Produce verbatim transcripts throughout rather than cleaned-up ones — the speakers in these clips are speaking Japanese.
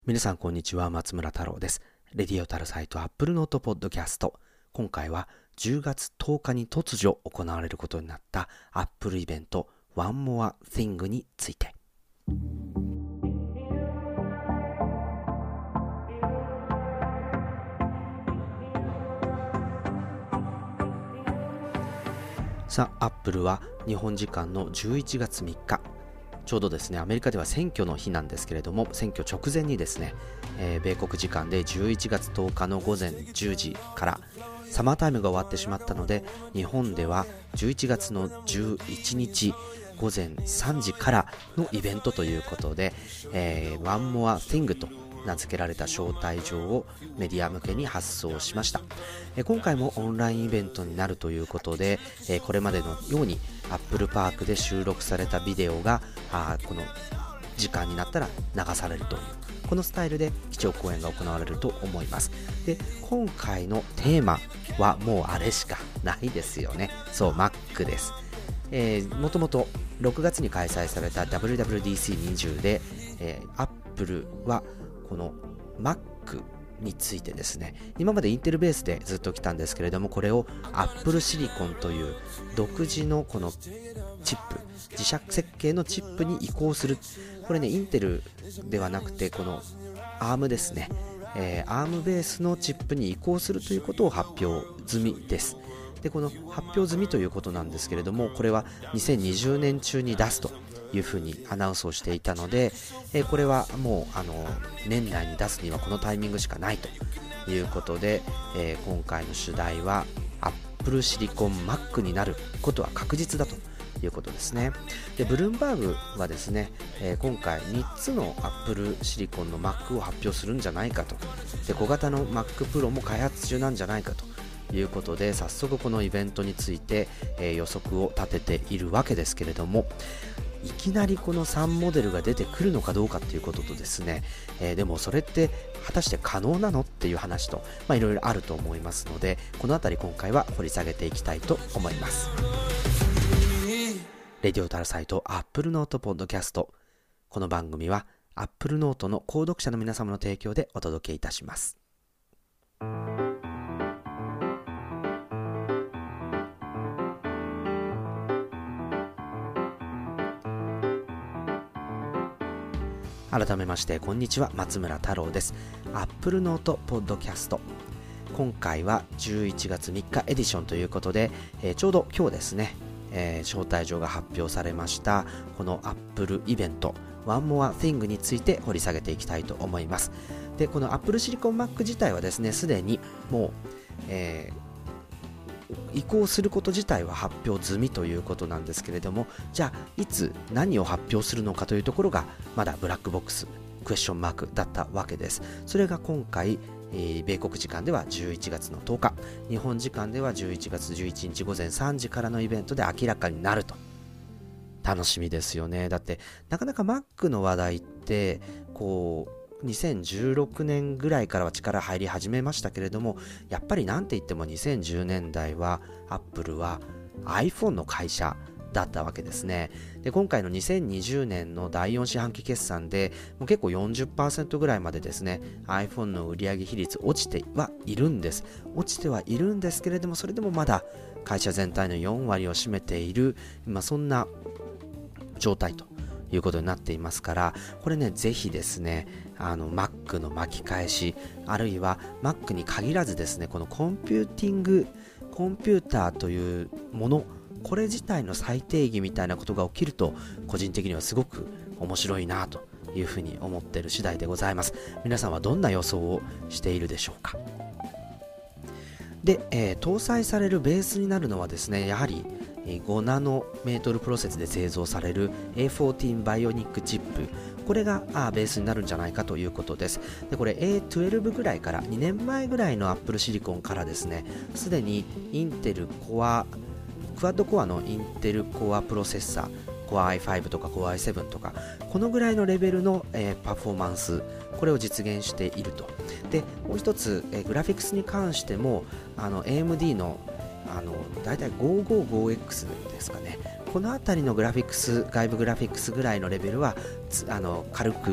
皆さんこんにちは、松村太郎です。レディオタルサイト Apple Note Podcast。今回はじゅうがつとおかに突如行われることになった Apple イベント One More Thing について。さあ、Apple は日本時間のじゅういちがつみっか、ちょうどですね、アメリカでは選挙の日なんですけれども、選挙直前にですね、えー、米国時間でじゅういちがつとおかの午前じゅうじからサマータイムが終わってしまったので、日本ではじゅういちがつのじゅういちにち午前さんじからのイベントということで、えー、One More Thing と名付けられた招待状をメディア向けに発送しました。えー、今回もオンラインイベントになるということで、えー、これまでのようにアップルパークで収録されたビデオがあこの時間になったら流されるという、このスタイルで基調講演が行われると思います。で、今回のテーマはもうあれしかないですよね。そう、Mac です。えー、もともとろくがつに開催された ダブリューダブリューディーシーにじゅう で、えー、Apple はこの Macについてですね、今までインテルベースでずっと来たんですけれども、これを Apple Silicon という独自のこのチップ、自社設計のチップに移行する。これね、インテルではなくてこの アーム ですね、えー、アーム ベースのチップに移行するということを発表済みです。で、この発表済みということなんですけれども、これはにせんにじゅうねん中に出すというふうにアナウンスをしていたので、えー、これはもうあの年内に出すにはこのタイミングしかないということで、えー、今回の主題は Apple Silicon Mac になることは確実だということですね。で、ブルームバーグはですね、えー、今回みっつの Apple Silicon の Mac を発表するんじゃないかと。で、小型の Mac Pro も開発中なんじゃないかということで、早速このイベントについて、えー、予測を立てているわけですけれども、いきなりこのさんモデルが出てくるのかどうかということとですね、えー、でもそれって果たして可能なのっていう話と、まあ、いろいろあると思いますので、このあたり今回は掘り下げていきたいと思います。レディオタルサイト Apple Note Podcast。この番組は Apple Note の購読者の皆様の提供でお届けいたします。改めましてこんにちは、松村太郎です。 Apple Note Podcast。今回はじゅういちがつみっかエディションということで、えー、ちょうど今日ですね、えー、招待状が発表されましたこの Apple イベント One More Thing について掘り下げていきたいと思います。で、この Apple Silicon Mac 自体はですね、すでにもう、えー、移行すること自体は発表済みということなんですけれども、じゃあいつ何を発表するのかというところがまだブラックボックスクエスチョンマークだったわけです。それが今回、えー、米国時間ではじゅういちがつのとおか、日本時間ではじゅういちがつじゅういちにち午前さんじからのイベントで明らかになると。楽しみですよね。だってなかなか Mac の話題ってこうにせんじゅうろくねんぐらいからは力入り始めましたけれども、やっぱりなんて言ってもにせんじゅうねんだいは Apple は iPhone の会社だったわけですね。で、今回のにせんにじゅうねんのだいよん四半期決算でもう結構 よんじゅっパーセント ぐらいまでですね iPhone の売上比率落ちてはいるんです落ちてはいるんですけれども、それでもまだ会社全体のよんわりを占めている、まあ、そんな状態ということになっていますから、これね、ぜひですね、あの Mac の巻き返し、あるいは Mac に限らずですね、このコンピューティングコンピューターというもの、これ自体の再定義みたいなことが起きると、個人的にはすごく面白いなというふうに思っている次第でございます。皆さんはどんな予想をしているでしょうか。で、えー、搭載されるベースになるのはですね、やはりごナノメートルプロセスで製造される エーフォーティーン バイオニックチップ、これがあベースになるんじゃないかということです。で、これ エートゥエルブ ぐらいから、にねんまえぐらいの Apple Silicon からですね、すでにインテルコアクワッドコアのインテルコアプロセッサー、Core アイファイブ とか Core アイセブン とか、このぐらいのレベルの、えー、パフォーマンス、これを実現していると。で、もう一つ、えー、グラフィックスに関してもあの エーエムディー のあのだいたい ごーごーごーエックス ですかね、このあたりのグラフィックス、外部グラフィックスぐらいのレベルはあの軽く、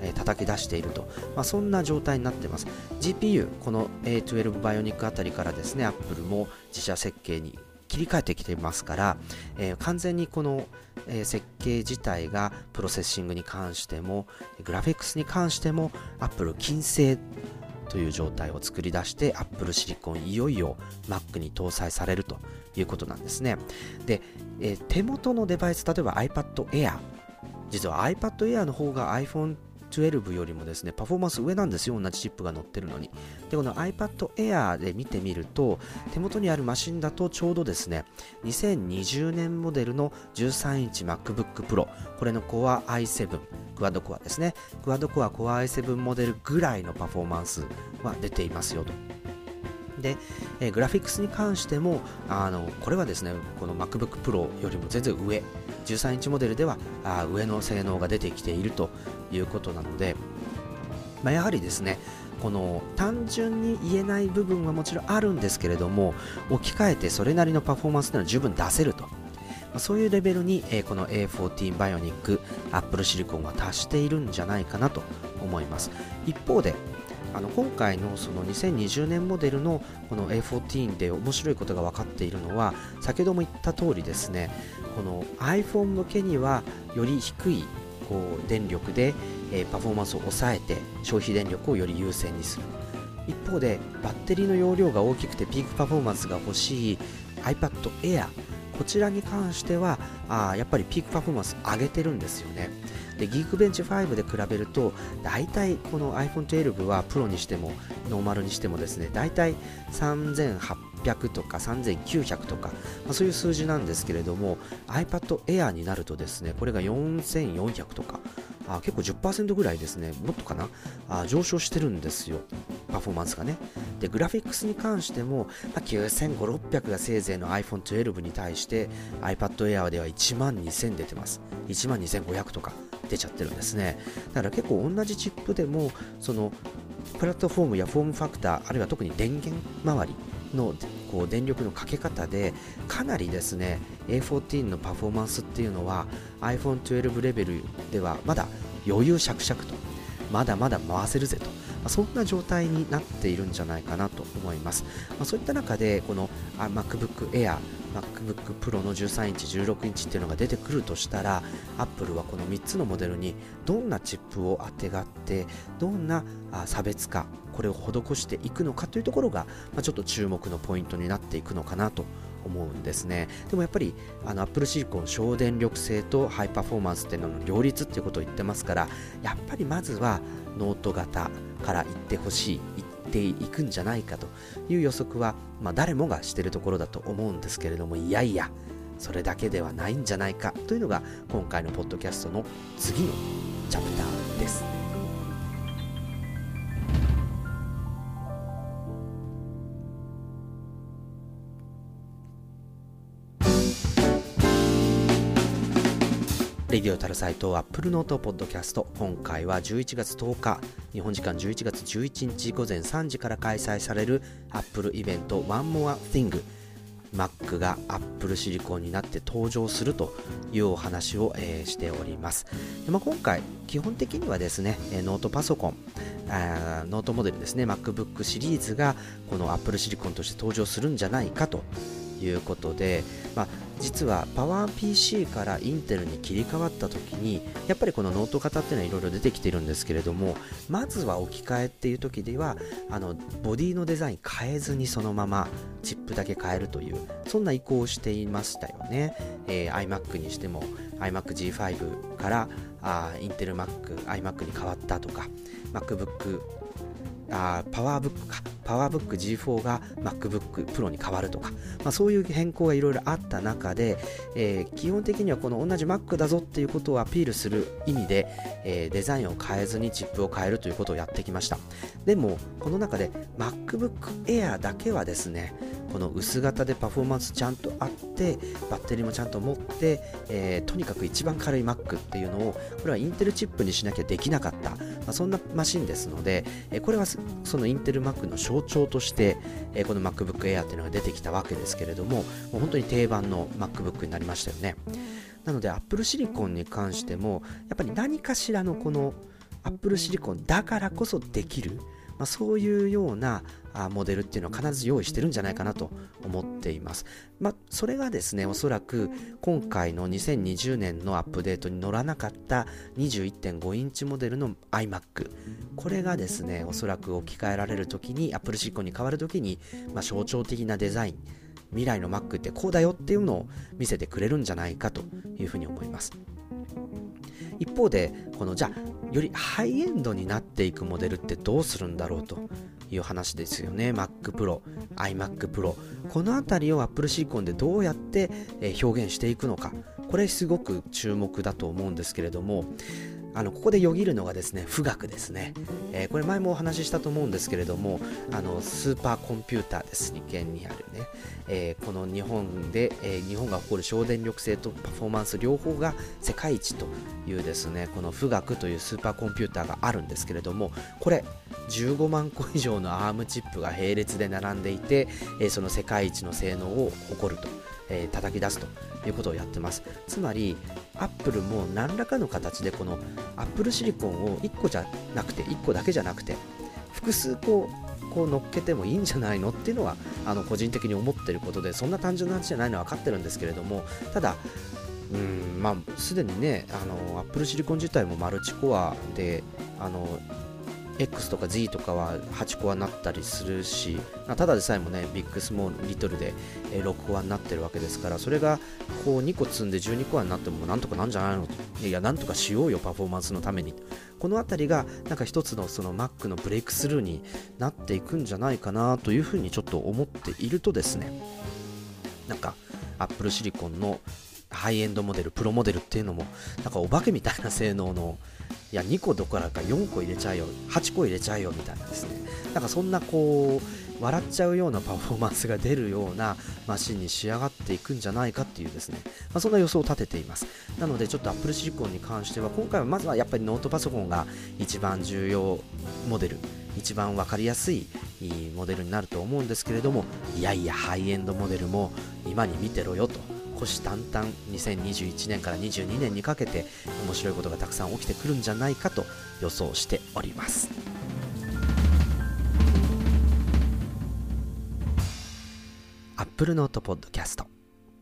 えー、叩き出していると、まあ、そんな状態になっています。 ジーピーユー この エーじゅうに バイオニックあたりからですね Apple も自社設計に切り替えてきていますから、えー、完全にこの、えー、設計自体がプロセッシングに関してもグラフィックスに関しても Apple 金星という状態を作り出して Apple シリコンいよいよ Mac に搭載されるということなんですね。で、えー、手元のデバイス、例えば iPad Air、 実は iPad Air の方が iPhone じゅうによりもですねパフォーマンス上なんですよ、同じチップが載ってるのに。でこの iPad Air で見てみると、手元にあるマシンだとちょうどですねにせんにじゅうねんモデルのじゅうさんインチ MacBook Pro、 これの Core アイセブン クワッドコアですね、クワッドコア Core アイセブン モデルぐらいのパフォーマンスは出ていますよと。で、えー、グラフィックスに関してもあのこれはですねこの MacBook Pro よりも全然上、じゅうさんインチモデルではあ上の性能が出てきているということなので、まあ、やはりですねこの単純に言えない部分はもちろんあるんですけれども、置き換えてそれなりのパフォーマンスというのは十分出せると、まあ、そういうレベルに、えー、この エーフォーティーン バイオニック Apple シリコンは達しているんじゃないかなと思います。一方であの今回のそのにせんにじゅうねんモデルのこの エーフォーティーン で面白いことが分かっているのは、先ほども言った通りですね、この iPhone 向けにはより低いこう電力で、えー、パフォーマンスを抑えて消費電力をより優先にする。一方でバッテリーの容量が大きくてピークパフォーマンスが欲しい iPad Air、 こちらに関してはあやっぱりピークパフォーマンス上げてるんですよね。で Geekbench ファイブで比べるとだいたいこの アイフォンじゅうに はプロにしてもノーマルにしてもですねだいたいさんぜんはっぴゃくとかさんぜんきゅうひゃくとか、まあ、そういう数字なんですけれども iPad Air になるとですねこれがよんせんよんひゃくとか、あ結構 じゅっパーセント ぐらいですね、もっとかな、あ上昇してるんですよ、パフォーマンスがね。でグラフィックスに関しても、まあ、きゅうせんごひゃく、ろっぴゃくがせいぜいの アイフォンじゅうに に対して iPad Air ではいちまんにせん出てます。いちまんにせんごひゃくとか出ちゃってるんですね。だから結構同じチップでもそのプラットフォームやフォームファクター、あるいは特に電源周りのこう電力のかけ方でかなりですね エーフォーティーン のパフォーマンスっていうのは アイフォンじゅうに レベルではまだ余裕しゃくしゃくと、まだまだ回せるぜと、まあ、そんな状態になっているんじゃないかなと思います。まあ、そういった中でこの MacBook Air、MacBook Pro のじゅうさんインチ、じゅうろくインチっていうのが出てくるとしたら、Apple はこのみっつのモデルにどんなチップをあてがってどんな差別化、これを施していくのかというところが、まあ、ちょっと注目のポイントになっていくのかなと思うんですね。でもやっぱりあの Apple シリコン省電力性とハイパフォーマンスっていうのの両立っていうことを言ってますから、やっぱりまずはノート型からいってほしい、いっていくんじゃないかという予測は、まあ、誰もがしているところだと思うんですけれども、いやいやそれだけではないんじゃないかというのが今回のポッドキャストの次のチャプターです。レディオタルサイトアップルノートポッドキャスト、今回はじゅういちがつとおか、日本時間じゅういちがつじゅういちにちごぜんさんじから開催されるアップルイベント One More Thing、 Mac がアップルシリコンになって登場するというお話を、えー、しております。で、まあ、今回基本的にはですねノートパソコン、あノートモデルですね MacBook シリーズがこのアップルシリコンとして登場するんじゃないかということで、まあ、実はパワー ピーシー からインテルに切り替わった時にやっぱりこのノート型っていうのはいろいろ出てきてるんですけれども、まずは置き換えっていう時ではあのボディのデザイン変えずにそのままチップだけ変えるという、そんな移行をしていましたよね。えー、iMac にしても iMac ジーファイブ からあインテル Mac、iMac に変わったとか、 MacBookあパワーブックかパワーブック ジーフォー が MacBook Pro に変わるとか、まあ、そういう変更がいろいろあった中で、えー、基本的にはこの同じ Mac だぞっていうことをアピールする意味で、えー、デザインを変えずにチップを変えるということをやってきました。でもこの中で MacBook Air だけはですね、この薄型でパフォーマンスちゃんとあってバッテリーもちゃんと持って、えー、とにかく一番軽い Mac っていうのをこれはインテルチップにしなきゃできなかった、まあ、そんなマシンですので、えー、これはそのインテル Mac の象徴として、えー、この MacBook Air っていうのが出てきたわけですけれども、もう本当に定番の MacBook になりましたよね。なので Apple シリコンに関してもやっぱり何かしらのこの Apple シリコンだからこそできる、まあ、そういうようなあモデルっていうのは必ず用意してるんじゃないかなと思っています。まあ、それがですね、おそらく今回のにせんにじゅうねんのアップデートに乗らなかった にじゅういってんご インチモデルの iMac、 これがですね、おそらく置き換えられるときに Apple シリコンに変わるときに、まあ、象徴的なデザイン、未来の Mac ってこうだよっていうのを見せてくれるんじゃないかというふうに思います。一方で、このじゃあよりハイエンドになっていくモデルってどうするんだろうという話ですよね。 Mac Pro、iMac Pro、 このあたりを Apple シリコンでどうやって表現していくのか、これすごく注目だと思うんですけれども、あのここでよぎるのがですね、富岳ですね、えー、これ前もお話ししたと思うんですけれども、あのスーパーコンピューターです。理研にあるね、えー、この日本で、えー、日本が誇る省電力性とパフォーマンス両方が世界一というですね、この富岳というスーパーコンピューターがあるんですけれども、これじゅうごまんこ以上のアームチップが並列で並んでいて、えー、その世界一の性能を誇ると、えー、叩き出すということをやってます。つまりアップルも何らかの形でこのアップルシリコンをいっこじゃなくていっこだけじゃなくて複数こう、こう乗っけてもいいんじゃないのっていうのはあの個人的に思っていることで、そんな単純な話じゃないのは分かってるんですけれども、ただうーん、まあ、すでにね、あのアップルシリコン自体もマルチコアで、あのX とか Z とかははちコアになったりするし、ただでさえもね、ビッグスモールリトルでろくコアになってるわけですから、それがこうにこ積んでじゅうにコアになってもなんとかなんじゃないのと、いやなんとかしようよパフォーマンスのために、このあたりがなんか一つのその Mac のブレイクスルーになっていくんじゃないかなというふうにちょっと思っているとですね、なんか Apple シリコンのハイエンドモデル、プロモデルっていうのもなんかお化けみたいな性能の、いやにこどころかよんこ入れちゃうよ、はちこ入れちゃうよみたいなですね、なんかそんなこう笑っちゃうようなパフォーマンスが出るようなマシンに仕上がっていくんじゃないかっていうですね、まあ、そんな予想を立てています。なのでちょっと Apple シリコンに関しては今回はまずはやっぱりノートパソコンが一番重要モデル、一番分かりやすいモデルになると思うんですけれども、いやいやハイエンドモデルも今に見てろよと、虎視眈々にせんにじゅういちねんからにじゅうにねんにかけて面白いことがたくさん起きてくるんじゃないかと予想しております。アップルノートポッドキャスト、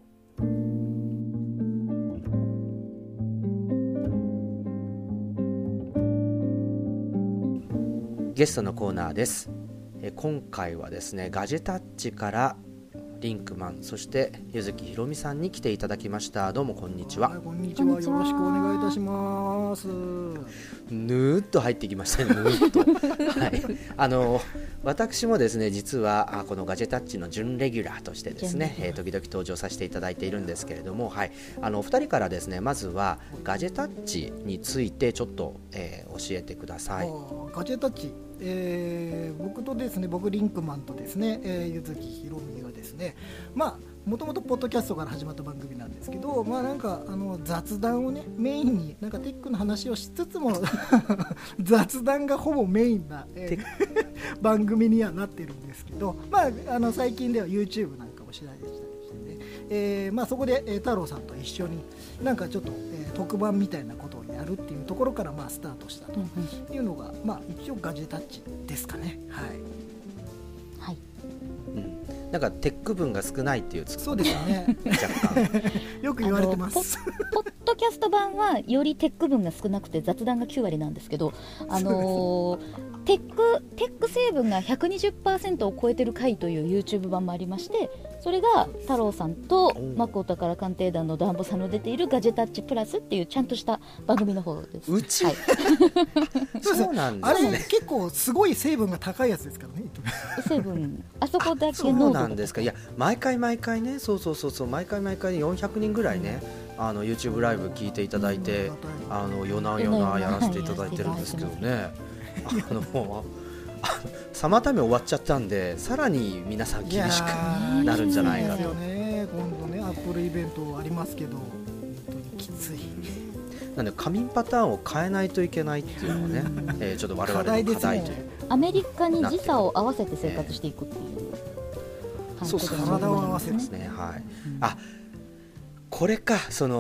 ゲストのコーナーです。え今回はですね、ガジェタッチからリンクマン、そして柚木ひろみさんに来ていただきました。どうもこんにちは。 はい、こんにちは。よろしくお願いいたします。 ぬーっと入ってきましたね。ぬーっと、はい、あの私もですね、実はこのガジェタッチの準レギュラーとしてですね、えー、時々登場させていただいているんですけれども、はい、あのお二人からですね、まずはガジェタッチについてちょっと、えー、教えてください。 ガジェタッチ、えー、僕とですね、僕リンクマンとですね、えー、柚木ひろみはですね、まあもともとポッドキャストから始まった番組なんですけど、まあなんかあの雑談をねメインになんかテックの話をしつつも雑談がほぼメインな、えー、番組にはなってるんですけど、まああの最近では YouTube なんかもしないでしたりしてね、えー、まあそこで、えー、太郎さんと一緒になんかちょっと、えー、特番みたいなことをやるっていうところからまあスタートしたというのが、まあ一応ガジェタッチですかね。はい。 はい。 うん、なんかテック分が少ないっていうツッコそうですよね。 若干よく言われてます。 ポッドキャスト版はよりテック分が少なくて雑談がきゅうわりなんですけど、あのー、テックテック成分が ひゃくにじゅっパーセント を超えてる回という YouTube 版もありまして、それが太郎さんとマックお宝鑑定団のダンボさんの出ているガジェタッチプラスっていうちゃんとした番組の方です。 うち、はい、そうなんですね。 あれ結構すごい成分が高いやつですからね。 成分あそこだけそうなんですか。いや毎回毎回ね、そうそうそうそう、毎回毎回よんひゃくにんぐらいね、うん、あの YouTube ライブ聞いていただいて、うん、あの夜な夜なやらせていただいてるんですけどね、あのサマータイム終わっちゃったんで、さらに皆さん厳しくなるんじゃないかと。 今度ねアップルイベントありますけど、本当にきつい。 なんで仮眠パターンを変えないといけないっていうのはね、えー、ちょっと我々の課題という、ね、 アメリカに時差を合わせて生活していくっていう、 えー、そうそう体を合わせてですね、はい、うん、あこれか、その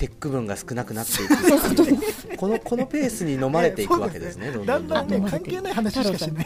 テック分が少なくなっていくっていうこのこのペースに飲まれていくわけですね。 だんだんね関係ない話しかしない。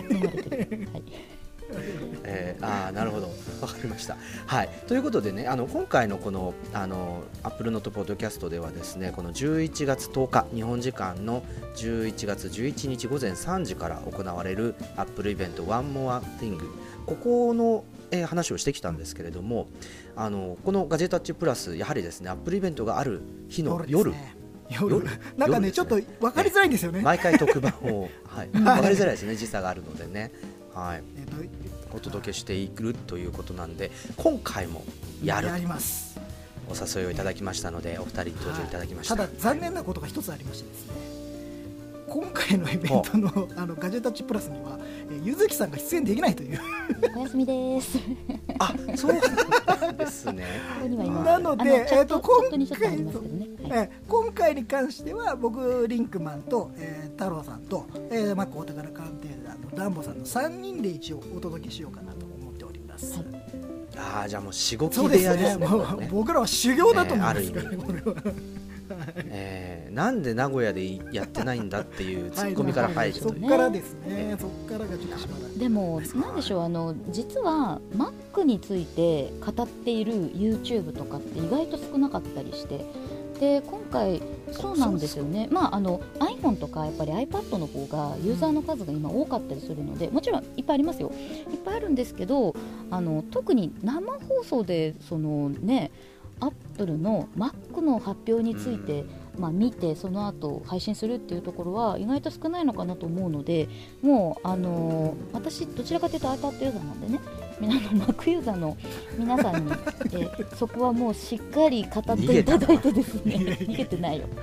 えー、あーなるほど、わかりました。はい、ということでね、あの今回のこのあのアップルノートポッドキャストではですね、このじゅういちがつとおか日本時間のじゅういちがつじゅういちにち午前さんじから行われるアップルイベント One More Thing、 ここの、えー、話をしてきたんですけれども、あのこのガジェタッチプラスやはりですねアップルイベントがある日の夜、 夜なんかね、ちょっと分かりづらいんですよね。 毎回特番を、はい、分かりづらいですね、時差があるのでね、はい、お届けしていくということなんで、今回もやるやります。 お誘いをいただきましたので、お二人に登場いただきました。 ただ残念なことが一つありましてですね、今回のイベント の, あのガジェタッチプラスにはゆずきさんが出演できないというお休みですあ、そうなんですねなので、えー、と今回、 ね、はい、 今回に関しては僕リンクマンと、えー、太郎さんと、えー、マックお宝鑑定団のダンボさんのさんにんで一応お届けしようかなと思っております、はい、 ああ、じゃあもうしごき部屋ですね。 そうですね、もうね、僕らは修行だと思いますから、 ね、 これはえー、なんで名古屋でやってないんだっていうツッコミから入るという、 そっからですね、えー、そっからがちょっとしばらくでもなんでしょう、あの実は Mac について語っている YouTube とかって意外と少なかったりして、で今回そうなんですよね。まあ、あの iPhone とかやっぱり iPad の方がユーザーの数が今多かったりするので、もちろんいっぱいありますよ、いっぱいあるんですけど、あの特に生放送でそのねアップルの Mac の発表について、うんまあ、見てその後配信するっていうところは意外と少ないのかなと思うので、もう、あのー、私どちらかというと iPad ユーザーなんでね、皆の Mac ユーザーの皆さんにえそこはもうしっかり語っていただいてですね逃げてないよ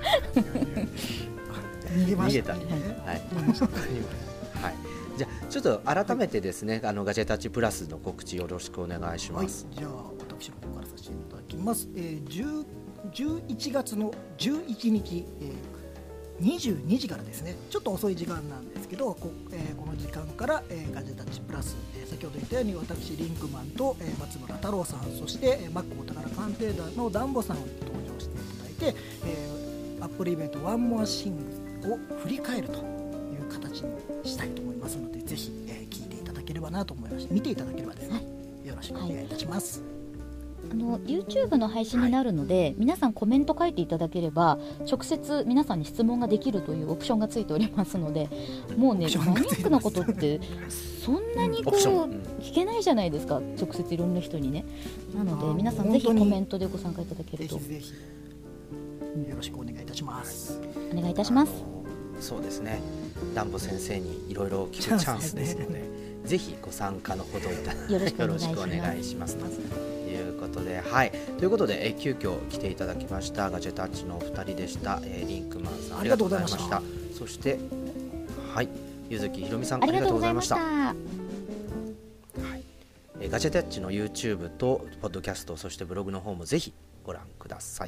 逃げましたね。 はい、はい、じゃあちょっと改めてですね、あのガジェタッチプラスの告知よろしくお願いします。 はい、じゃあ私の方からさせていただきます。えー、じゅうじゅういちがつのじゅういちにち、えー、にじゅうにじからですね、ちょっと遅い時間なんですけど こ,、えー、この時間から、えー、ガジェタッチプラス、えー、先ほど言ったように私リンクマンと、えー、松村太郎さん、そして、えー、マックお宝鑑定団のダンボさんに登場していただいて、えー、アップルイベントワンモアシングを振り返るという形にしたいと思いますので、ぜひ、えー、聞いていただければなと思いまして、見ていただければですね、はい、よろしくお願いいたします。はい、 あの YouTube の配信になるので、はい、皆さんコメント書いていただければ直接皆さんに質問ができるというオプションがついておりますので、もうねマニアックなことってそんなにこう聞けないじゃないですか、直接いろんな人にね。なので皆さんぜひコメントでご参加いただけると、 ぜひぜひよろしくお願いいたします。 お願いいたします。 そうですね、ダンボ先生にいろいろ聞くチャンスですので、ぜひご参加のほどいただよろしくお願いしますということで、はい、ということで、え急遽来ていただきましたガジェタッチのお二人でした。えー、リンクマンさんありがとうございました。そしてはい柚木ひろみさんありがとうございました。はい、えー、ガジェタッチの YouTube とポッドキャスト、そしてブログの方もぜひご覧ください。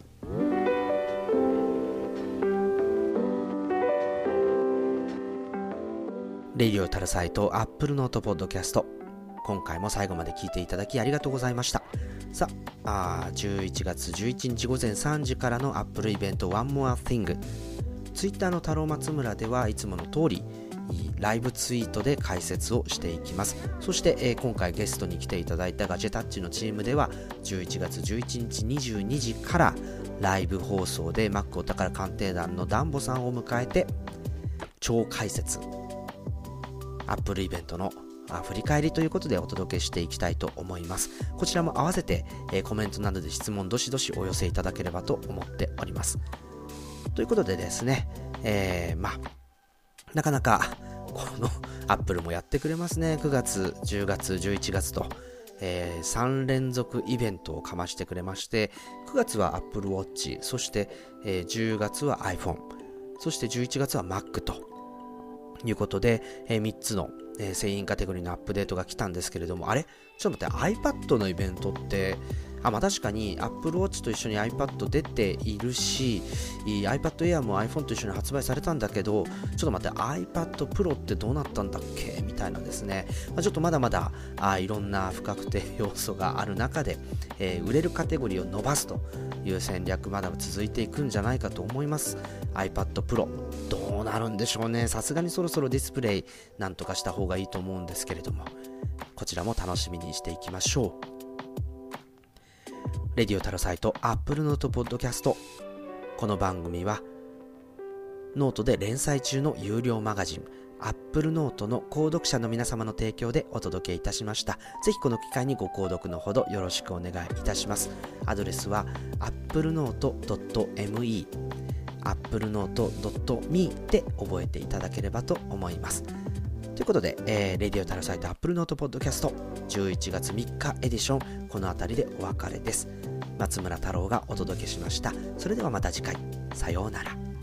レイディオタルサイトアップルノートポッドキャスト、今回も最後まで聞いていただきありがとうございました。さあ、あじゅういちがつじゅういちにち午前さんじからのアップルイベント One More Thing、 ツイッターの太郎松村ではいつもの通りライブツイートで解説をしていきます。そして、えー、今回ゲストに来ていただいたガジェタッチのチームではじゅういちがつじゅういちにちにじゅうにじからライブ放送でマックお宝鑑定団のダンボさんを迎えて超解説、アップルイベントの振り返りということでお届けしていきたいと思います。こちらも合わせて、えー、コメントなどで質問どしどしお寄せいただければと思っております。ということでですね、えー、まあなかなかこのアップルもやってくれますね。くがつ、じゅうがつ、じゅういちがつと、えー、さん連続イベントをかましてくれまして、くがつは Apple Watch、そして、えー、じゅうがつは iPhone、そしてじゅういちがつは Mac ということで、えー、みっつの、えー、製品カテゴリーのアップデートが来たんですけれども、あれちょっと待って、 iPad のイベントってあ、まあ、確かに Apple Watch と一緒に iPad 出ているし、iPad Air も iPhone と一緒に発売されたんだけど、ちょっと待って iPad Pro ってどうなったんだっけみたいなですね、まあ、ちょっとまだまだあいろんな不確定要素がある中で、えー、売れるカテゴリーを伸ばすという戦略まだ続いていくんじゃないかと思います。 iPad Pro どうなるんでしょうね。さすがにそろそろディスプレイなんとかした方がいいと思うんですけれども、こちらも楽しみにしていきましょう。レディオタロサイト Apple Note Podcast、 この番組はノートで連載中の有料マガジン Apple Note の購読者の皆様の提供でお届けいたしました。ぜひこの機会にご購読のほどよろしくお願いいたします。アドレスは アップルノートドットエムイー アップルノートドットミー で覚えていただければと思います。ということで、えー、レディオタロサイト Apple Note Podcast じゅういちがつみっかエディション、この辺りでお別れです。松村太郎がお届けしました。それではまた次回、さようなら。